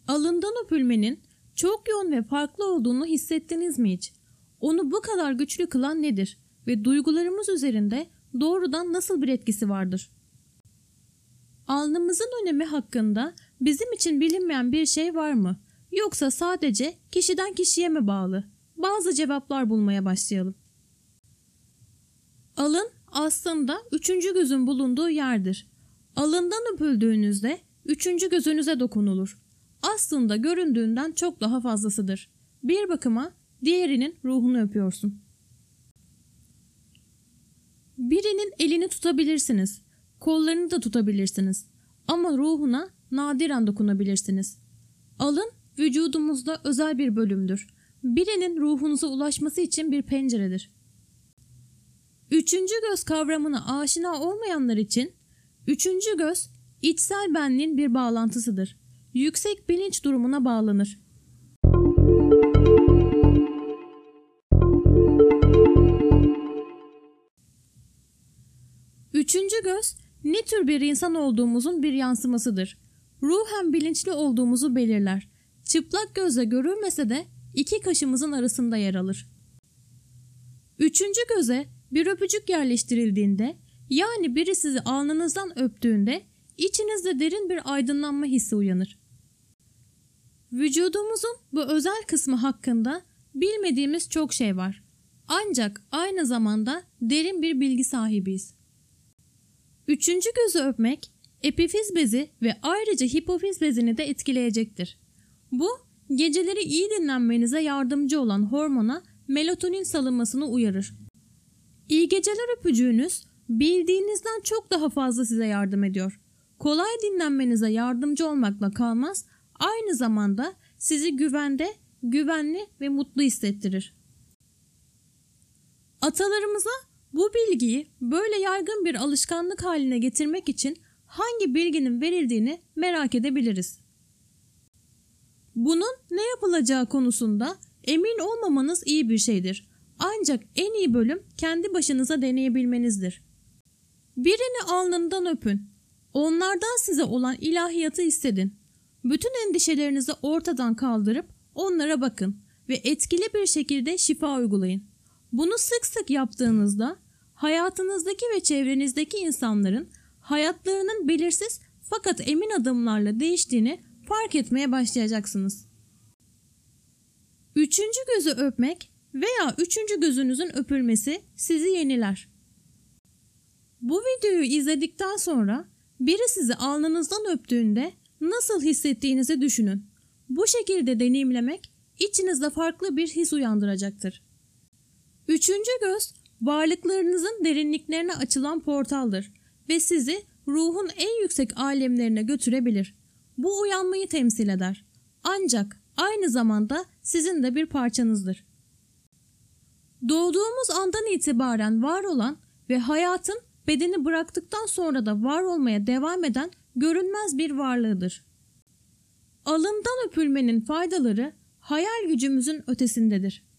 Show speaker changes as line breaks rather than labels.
Alından öpülmenin çok yoğun ve farklı olduğunu hissettiniz mi hiç? Onu bu kadar güçlü kılan nedir ve duygularımız üzerinde doğrudan nasıl bir etkisi vardır? Alnımızın önemi hakkında bizim için bilinmeyen bir şey var mı? Yoksa sadece kişiden kişiye mi bağlı? Bazı cevaplar bulmaya başlayalım. Alın aslında üçüncü gözün bulunduğu yerdir. Alından öpüldüğünüzde üçüncü gözünüze dokunulur. Aslında göründüğünden çok daha fazlasıdır. Bir bakıma diğerinin ruhunu öpüyorsun. Birinin elini tutabilirsiniz, kollarını da tutabilirsiniz ama ruhuna nadiren dokunabilirsiniz. Alın vücudumuzda özel bir bölümdür. Birinin ruhunuza ulaşması için bir penceredir. Üçüncü göz kavramına aşina olmayanlar için üçüncü göz içsel benliğin bir bağlantısıdır. Yüksek bilinç durumuna bağlanır. Üçüncü göz ne tür bir insan olduğumuzun bir yansımasıdır. Ruhen bilinçli olduğumuzu belirler. Çıplak gözle görülmese de iki kaşımızın arasında yer alır. Üçüncü göze bir öpücük yerleştirildiğinde, yani biri sizi alnınızdan öptüğünde içinizde derin bir aydınlanma hissi uyanır. Vücudumuzun bu özel kısmı hakkında bilmediğimiz çok şey var. Ancak aynı zamanda derin bir bilgi sahibiyiz. Üçüncü gözü öpmek epifiz bezi ve ayrıca hipofiz bezini de etkileyecektir. Bu geceleri iyi dinlenmenize yardımcı olan hormona melatonin salınmasını uyarır. İyi geceler öpücüğünüz bildiğinizden çok daha fazla size yardım ediyor. Kolay dinlenmenize yardımcı olmakla kalmaz, aynı zamanda sizi güvende, güvenli ve mutlu hissettirir. Atalarımıza bu bilgiyi böyle yaygın bir alışkanlık haline getirmek için hangi bilginin verildiğini merak edebiliriz. Bunun ne yapılacağı konusunda emin olmamanız iyi bir şeydir. Ancak en iyi bölüm kendi başınıza deneyebilmenizdir. Birini alnından öpün. Onlardan size olan ilahiyatı hissedin. Bütün endişelerinizi ortadan kaldırıp onlara bakın ve etkili bir şekilde şifa uygulayın. Bunu sık sık yaptığınızda hayatınızdaki ve çevrenizdeki insanların hayatlarının belirsiz fakat emin adımlarla değiştiğini fark etmeye başlayacaksınız. Üçüncü gözü öpmek veya üçüncü gözünüzün öpülmesi sizi yeniler. Bu videoyu izledikten sonra biri sizi alnınızdan öptüğünde nasıl hissettiğinizi düşünün. Bu şekilde deneyimlemek içinizde farklı bir his uyandıracaktır. Üçüncü göz varlıklarınızın derinliklerine açılan portaldır ve sizi ruhun en yüksek alemlerine götürebilir. Bu uyanmayı temsil eder. Ancak aynı zamanda sizin de bir parçanızdır. Doğduğumuz andan itibaren var olan ve hayatın bedeni bıraktıktan sonra da var olmaya devam eden görünmez bir varlığıdır. Alından öpülmenin faydaları hayal gücümüzün ötesindedir.